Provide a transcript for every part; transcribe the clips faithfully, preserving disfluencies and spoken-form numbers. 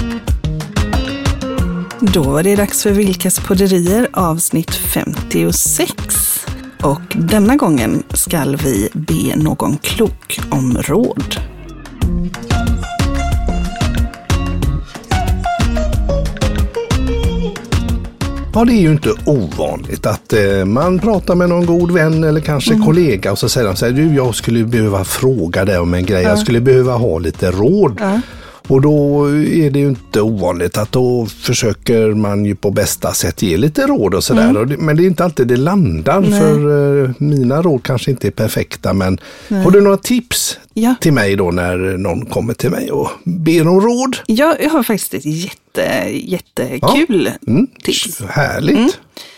Då var det dags för Vilkas podderier avsnitt femtiosex. Och denna gången ska vi be någon klok om råd. Ja, det är ju inte ovanligt att eh, man pratar med någon god vän eller kanske mm. kollega och så säger de så här, du, jag skulle behöva fråga dig om en grej, ja. jag skulle behöva ha lite råd. Ja. Och då är det ju inte ovanligt att då försöker man ju på bästa sätt ge lite råd och sådär. Mm. Men det är inte alltid det landar. Nej. För uh, mina råd kanske inte är perfekta. Men Nej. Har du några tips ja. till mig då när någon kommer till mig och ber om råd? Ja, jag har faktiskt ett jätte, jättekul ja. mm. tips. Härligt.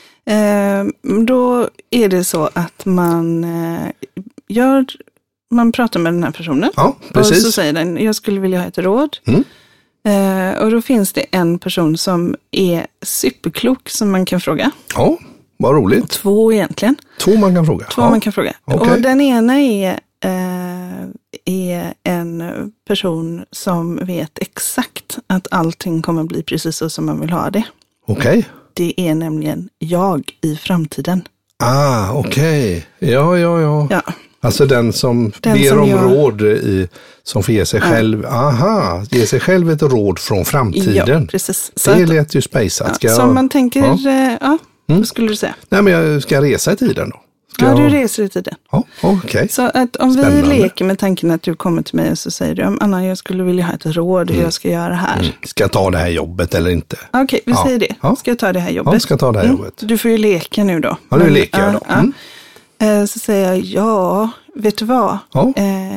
Mm. Uh, då är det så att man uh, gör... Man pratar med den här personen ja, och så säger den, jag skulle vilja ha ett råd. Mm. Eh, och då finns det en person som är superklok som man kan fråga. Ja, vad roligt. Två egentligen. Två man kan fråga. Två ja. man kan fråga. Okay. Och den ena är, eh, är en person som vet exakt att allting kommer bli precis så som man vill ha det. Okej. Okay. Det är nämligen jag i framtiden. Ah, okej. Okay. Ja, ja, ja. Ja. Alltså den som den ber som om jag... råd i, som får ge sig ja. själv, aha, ge sig själv ett råd från framtiden. Ja, precis. Så det att, lät ju spejsat. Ja, jag... Som man tänker, ja, ja mm. vad skulle du säga? Nej, men jag ska resa i tiden då. Ska ja, jag... du reser i tiden. Ja, okej. Okay. Så att om Spännande. vi leker med tanken att du kommer till mig och så säger du, Anna, jag skulle vilja ha ett råd hur mm. jag ska göra här. Mm. Ska jag ta det här jobbet eller inte? Okej, okay, vi ja. säger det. Ja. Ska jag ta det här jobbet? Ja, ska jag ta det här mm. jobbet. Du får ju leka nu då. Ja, nu leker jag då. Mm. Ja. Så säger jag, ja, vet du vad? Ja.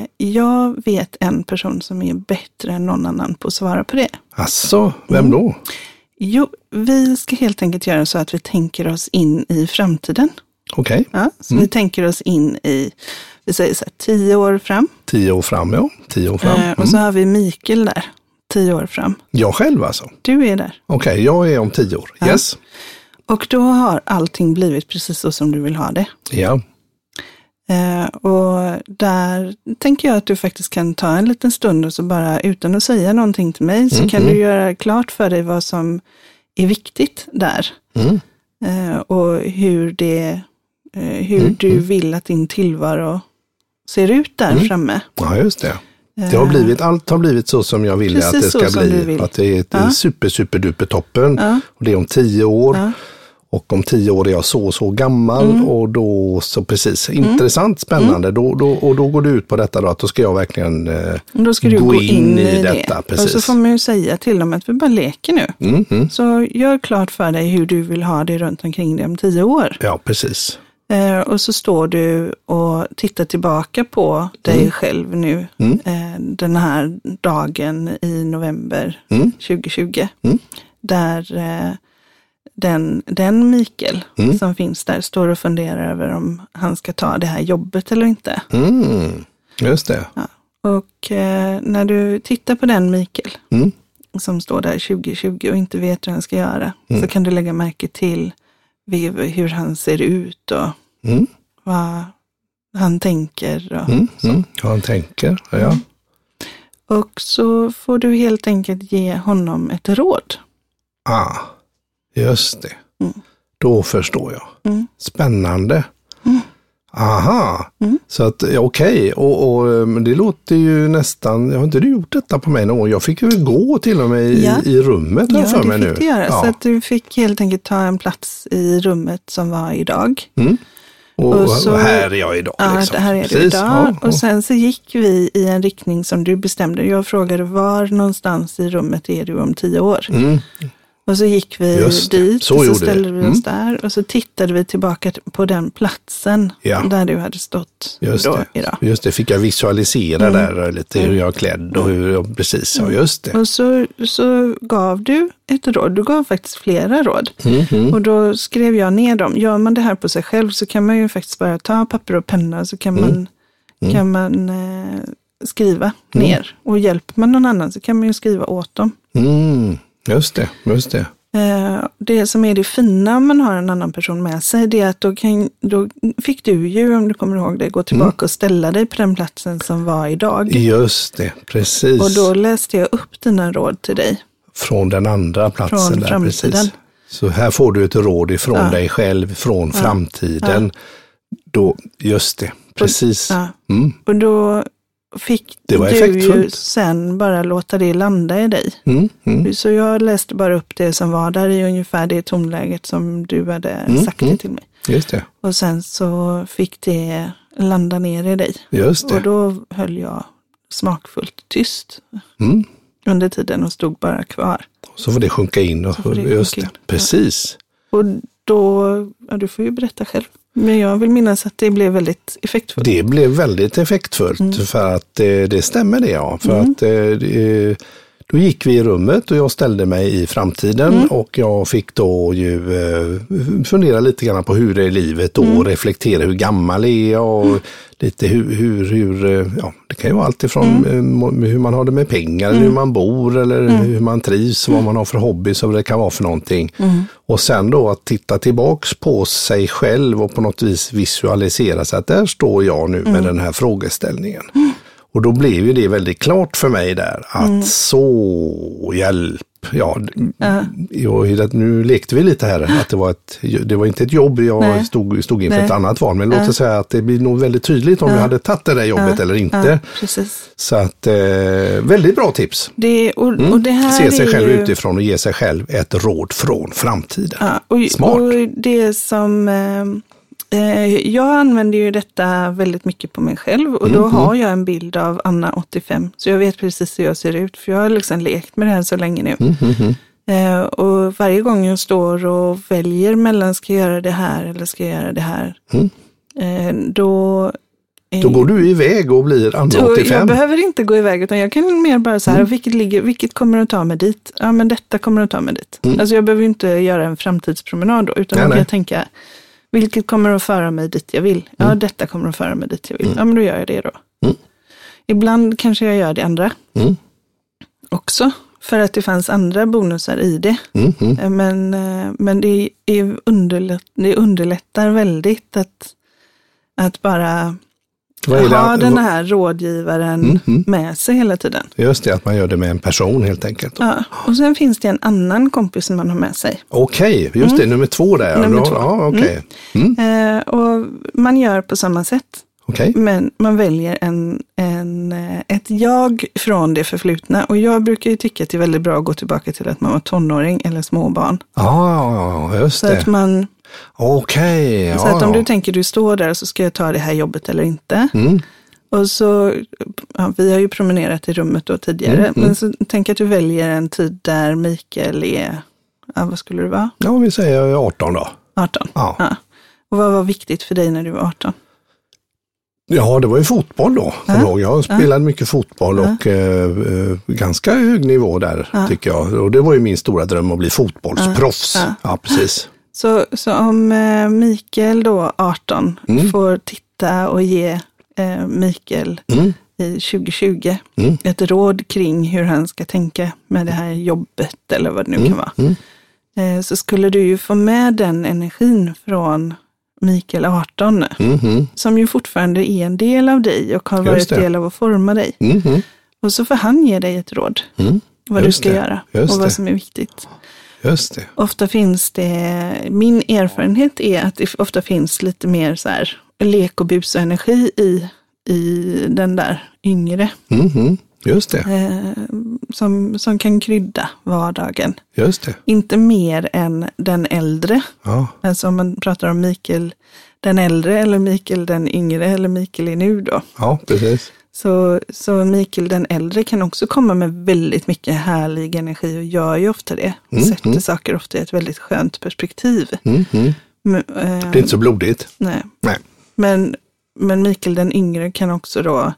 Jag vet en person som är bättre än någon annan på att svara på det. Asså, vem då? Mm. Jo, vi ska helt enkelt göra så att vi tänker oss in i framtiden. Okej. Okay. Ja, så mm. vi tänker oss in i, vi säger så här, tio år fram. Tio år fram, ja. Tio år fram. Mm. Och så har vi Mikael där, tio år fram. Jag själv alltså? Du är där. Okej, okay, jag är om tio år. Ja. Yes. Och då har allting blivit precis så som du vill ha det. Ja. Uh, och där tänker jag att du faktiskt kan ta en liten stund och så bara utan att säga någonting till mig så mm, kan mm. du göra klart för dig vad som är viktigt där. Mm. Uh, och hur det uh, hur mm, du mm. vill att din tillvaro ser ut där mm. framme. Ja, just det. Det har blivit, allt har blivit så som jag vill att det ska bli. Att det är ett ja. super, super duper toppen. Ja. Och det är om tio år. Ja. Och om tio år är jag så så gammal mm. och då så precis mm. intressant, spännande. Mm. Då, då, och då går det ut på detta då att då ska jag verkligen eh, då ska du gå, gå in, in i detta. Det. Precis. Och så får man ju säga till dem att vi bara leker nu. Mm. Mm. Så gör klart för dig hur du vill ha det runt omkring dig om tio år. Ja, precis. Eh, och så står du och tittar tillbaka på dig mm. själv nu mm. eh, den här dagen i november mm. tjugo tjugo. Mm. Där eh, den, den Mikael mm. som finns där står och funderar över om han ska ta det här jobbet eller inte. Mm. Just det. Ja. Och eh, när du tittar på den Mikael mm. som står där tjugo tjugo och inte vet hur han ska göra mm. så kan du lägga märke till hur han ser ut och mm. vad han tänker. Och mm. så. Mm. Vad han tänker, ja. Mm. Och så får du helt enkelt ge honom ett råd. Ah, just det. Mm. Då förstår jag. Mm. Spännande. Mm. Aha, mm. så att okej, okay. och, och men det låter ju nästan, jag har inte du gjort detta på mig någon gång? Jag fick ju gå till och med i, ja. i rummet ja, för mig nu. Ja, det fick du göra, ja. Så att du fick helt enkelt ta en plats i rummet som var idag. Mm. Och, och, så, och här är jag idag. Ja, liksom. här är du Precis. idag. Ja, och sen så gick vi i en riktning som du bestämde. Jag frågade var någonstans i rummet är du om tio år? Mm. Och så gick vi dit så och så ställde det. vi oss mm. där och så tittade vi tillbaka på den platsen ja. där du hade stått just då det. idag. Just det, fick jag visualisera mm. där lite hur jag är klädd och hur jag precis, ja just det. Och så, så gav du ett råd, du gav faktiskt flera råd. Mm-hmm. Och då skrev jag ner dem. Gör man det här på sig själv så kan man ju faktiskt bara ta papper och penna så kan mm. man, mm. kan man eh, skriva mm. ner. Och hjälper man någon annan så kan man ju skriva åt dem. Mm. Just det, just det. Det som är det fina om man har en annan person med sig, det är att då, kan, då fick du ju, om du kommer ihåg det, gå tillbaka mm. och ställa dig på den platsen som var idag. Just det, precis. Och då läste jag upp dina råd till dig. från den andra platsen. Från där, framtiden. Precis. Så här får du ett råd ifrån ja. dig själv, från ja. framtiden. Ja. Då, just det, precis. Ja. Mm. Och då fick det var du effektfullt. Ju sen bara låta det landa i dig. Mm. Mm. Så jag läste bara upp det som var där i ungefär det tonläget som du hade mm. sagt det till mig. Just det. Och sen så fick det landa ner i dig. Just det. Och då höll jag smakfullt tyst mm. under tiden och stod bara kvar. Så får det sjunka in. Och, det just sjunka in. det, precis. Ja. Och då, ja, du får ju berätta själv. Men jag vill minnas att det blev väldigt effektfullt. Det blev väldigt effektfullt mm. för att eh, det stämmer det ja. För mm. att eh, då gick vi i rummet och jag ställde mig i framtiden mm. och jag fick då ju eh, fundera lite grann på hur det är i livet då mm. och reflektera hur gammal är jag och mm. lite hur, hur, hur, ja det kan ju vara allt ifrån mm. hur man har det med pengar, mm. hur man bor eller mm. hur man trivs, vad man har för hobbys och vad det kan vara för någonting. Mm. Och sen då att titta tillbaks på sig själv och på något vis visualisera sig att där står jag nu mm. med den här frågeställningen. Mm. Och då blev ju det väldigt klart för mig där att mm. så hjälp. Ja, uh. jag, nu lekte vi lite här att det var, ett, det var inte ett jobb jag stod, stod inför Nej. ett annat val. Men uh. låt oss säga att det blir nog väldigt tydligt om uh. vi hade tagit det där jobbet uh. eller inte. Uh. Precis. Så att eh, väldigt bra tips. Det, och, mm. och det här Se sig själv ju... utifrån och ge sig själv ett råd från framtiden. Uh. Och, Smart. Och det som... Eh... Jag använder ju detta väldigt mycket på mig själv och då mm, har jag en bild av Anna åttiofem så jag vet precis hur jag ser ut för jag har liksom lekt med det här så länge nu. Mm, mm, mm. Och varje gång jag står och väljer mellan ska jag göra det här eller ska jag göra det här mm. då... Då går du iväg och blir Anna åttiofem. Jag behöver inte gå iväg utan jag kan mer bara så här, mm. vilket, ligger, vilket kommer att ta mig dit? Ja men detta kommer att ta mig dit. Mm. Alltså jag behöver inte göra en framtidspromenad då utan jag kan tänka vilket kommer att föra mig dit jag vill? Ja, mm. detta kommer att föra mig dit jag vill. Mm. Ja, men då gör jag det då. Mm. Ibland kanske jag gör det andra mm. också. För att det fanns andra bonusar i det. Mm. Mm. Men, men det, är underlätt, det underlättar väldigt att, att bara ha den här rådgivaren mm. Mm. med sig hela tiden. Just det, att man gör det med en person helt enkelt. Ja, och sen finns det en annan kompis som man har med sig. Okej, just det, mm. nummer två där. Nummer två. Ja, okej. Mm. Mm. Eh, och man gör på samma sätt. Okay. Men man väljer en, en, ett jag från det förflutna. Och jag brukar ju tycka att det är väldigt bra att gå tillbaka till att man var tonåring eller småbarn. Ja, just så det. Att man, Okej. Okay, så ja, att om ja. du tänker du står där så ska jag ta det här jobbet eller inte. Mm. Och så, ja, vi har ju promenerat i rummet då tidigare. Mm. Men så tänk att du väljer en tid där Mikael är, ja, vad skulle det vara? Ja, vi säger arton då. arton, ja. ja. Och vad var viktigt för dig när du var arton? Ja, det var ju fotboll då. Ja. Jag spelade ja. mycket fotboll och ja. eh, ganska hög nivå där ja. tycker jag. Och det var ju min stora dröm att bli fotbollsproffs. Ja, ja. ja precis. Så, så om eh, Mikael då, arton, mm. får titta och ge eh, Mikael mm. i tjugo tjugo mm. ett råd kring hur han ska tänka med det här jobbet eller vad det nu mm. kan vara. Mm. Eh, så skulle du ju få med den energin från Mikael arton, mm-hmm. som ju fortfarande är en del av dig och har varit del av att forma dig. Mm-hmm. Och så får han ge dig ett råd. Mm. Vad Just du ska det. göra Just och vad det. som är viktigt. Just det. Ofta finns det, min erfarenhet är att det ofta finns lite mer så här lek och bus och energi i, i den där yngre. Mm-hmm. Just det. Eh, som, som kan krydda vardagen. Just det. Inte mer än den äldre. Ja. Alltså om man pratar om Mikael den äldre eller Mikael den yngre eller Mikael i nu då. Ja, precis. Så, så Mikael den äldre kan också komma med väldigt mycket härlig energi och gör ju ofta det. Mm, Sätter mm. saker ofta i ett väldigt skönt perspektiv. Mm, mm. Men, äh, det är inte så blodigt. Nej. nej. Men, men Mikael den yngre kan också då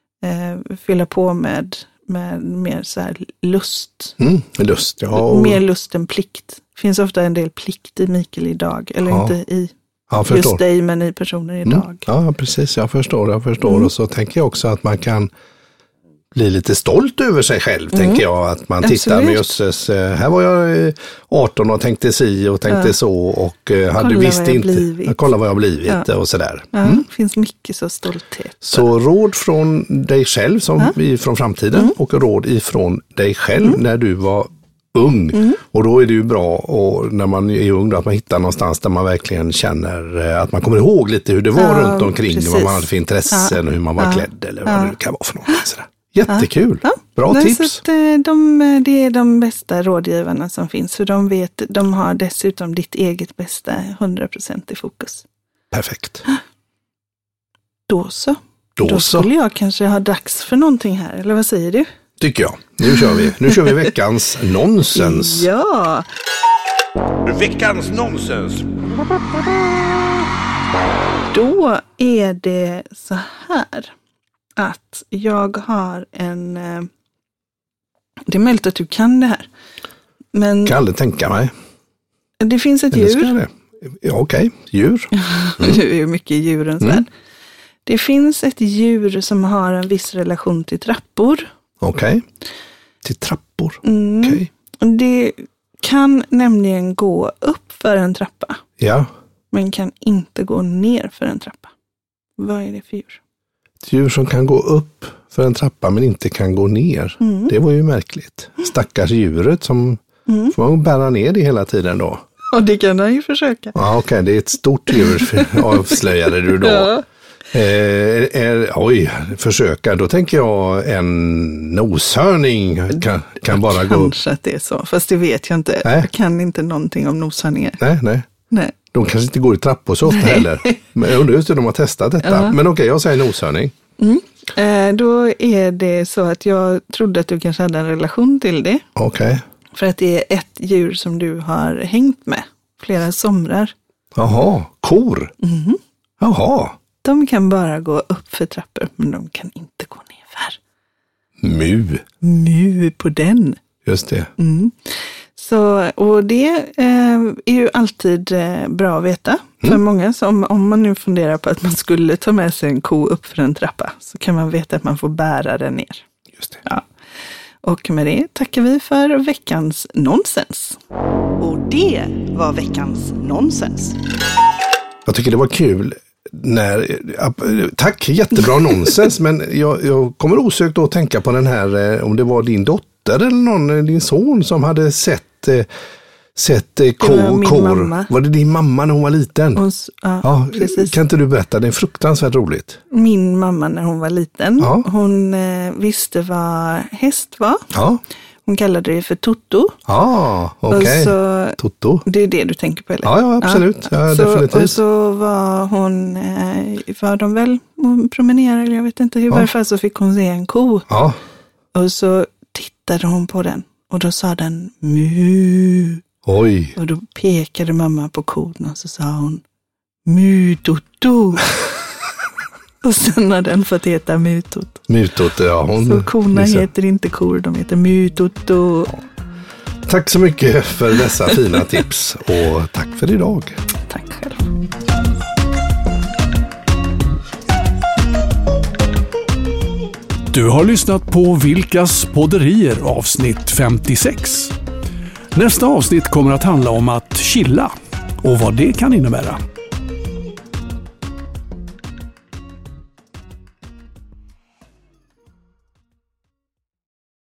eh, fylla på med, med mer så här lust. Mm, lust, ja. Och... Mer lust än plikt. Det finns ofta en del plikt i Mikael idag. Eller ja. inte i ja, just dig men i personer idag. Mm. Ja, precis. Jag förstår. Jag förstår. Mm. Och så tänker jag också att man kan bli lite stolt över sig själv, mm. tänker jag. Att man Absolut. tittar med jösses, här var jag arton och tänkte si och tänkte ja. så och hade kolla visst inte, blivit. kolla vad jag blivit ja. och sådär. Ja, mm. det finns mycket så stolthet. Så råd från dig själv som ja. från framtiden mm. och råd ifrån dig själv mm. när du var ung. Mm. Och då är det ju bra och när man är ung då, att man hittar någonstans där man verkligen känner att man kommer ihåg lite hur det var ja, runt omkring. Precis. Vad man hade för intressen ja. och hur man var ja. klädd eller vad ja. det kan vara för någonting. Sådär. Jättekul. Ja. Bra Nej, tips. Så att, de, det är de bästa rådgivarna som finns. För de, vet, de har dessutom ditt eget bästa hundra procent i fokus. Perfekt. Då så. Då, Då så. skulle jag kanske ha dags för någonting här. Eller vad säger du? Tycker jag. Nu kör vi. Nu kör vi veckans nonsens. Ja. Veckans nonsens. Då är det så här att jag har en... Det är möjligt att du kan det här. Men kan aldrig tänka mig. Det finns ett Eller djur. Det? Ja, okej, okay. Djur. Mm. Det är mycket djurens mm. värld. Det finns ett djur som har en viss relation till trappor. Okej. Okay. Till trappor. Mm. Okej. Okay. Det kan nämligen gå upp för en trappa. Ja. Men kan inte gå ner för en trappa. Vad är det för djur? Ett djur som kan gå upp för en trappa men inte kan gå ner. Mm. Det var ju märkligt. Stackars djuret som mm. får man bära ner det hela tiden då. Och det kan han ju försöka. Ja, okej. Okay. Det är ett stort djur, avslöjade du då. Ja. Eh, är, oj, försöka. Då tänker jag en noshörning kan, kan bara Kanske gå upp. Kanske att det är så, fast det vet jag inte. Nej. Jag kan inte någonting om noshörningar. Nej, nej. nej. De kanske inte går i trappor så ofta nej. heller. Men jag undrar just hur de har testat detta. Ja. Men okej, okay, jag säger noshörning. Mm. Eh, då är det så att jag trodde att du kanske hade en relation till det. Okej. Okay. För att det är ett djur som du har hängt med flera somrar. Jaha, kor. Mm. Jaha. De kan bara gå upp för trappor, men de kan inte gå nerför. Mu. Mu på den. Just det. Mm. Så, och det eh, är ju alltid eh, bra att veta. Mm. För många, som, om man nu funderar på att man skulle ta med sig en ko upp för en trappa, så kan man veta att man får bära den ner. Just det. Ja. Och med det tackar vi för veckans nonsens. Och det var veckans nonsens. Jag tycker det var kul. När, tack, jättebra nonsens, men jag, jag kommer osökt att tänka på den här, om det var din dotter eller någon, din son som hade sett, sett kor. Kor. Var det din mamma när hon var liten? Hon, ja, ja, precis. Kan inte du berätta? Det är fruktansvärt roligt. Min mamma när hon var liten, ja. hon eh, visste vad häst var. Ja. Hon kallade det för Toto. Ja, ah, okej. Okay. Toto. Det är det du tänker på, eller? Ja, ja absolut. Ja, ja, så, definitivt. Och så var hon, eh, var de väl promenerade, eller jag vet inte hur, ja. I varje fall så fick hon se en ko. Ja. Och så tittade hon på den och då sa den mu. Oj. Och då pekade mamma på kon och så sa hon mu Toto. Och sen har den fått heta Mutot. Mutot, ja. Hon, så korna liksom heter inte kor, de heter Mutoto. Ja. Tack så mycket för dessa fina tips och tack för idag. Tack själv. Du har lyssnat på Vilkas podderier avsnitt femtiosex. Nästa avsnitt kommer att handla om att chilla och vad det kan innebära.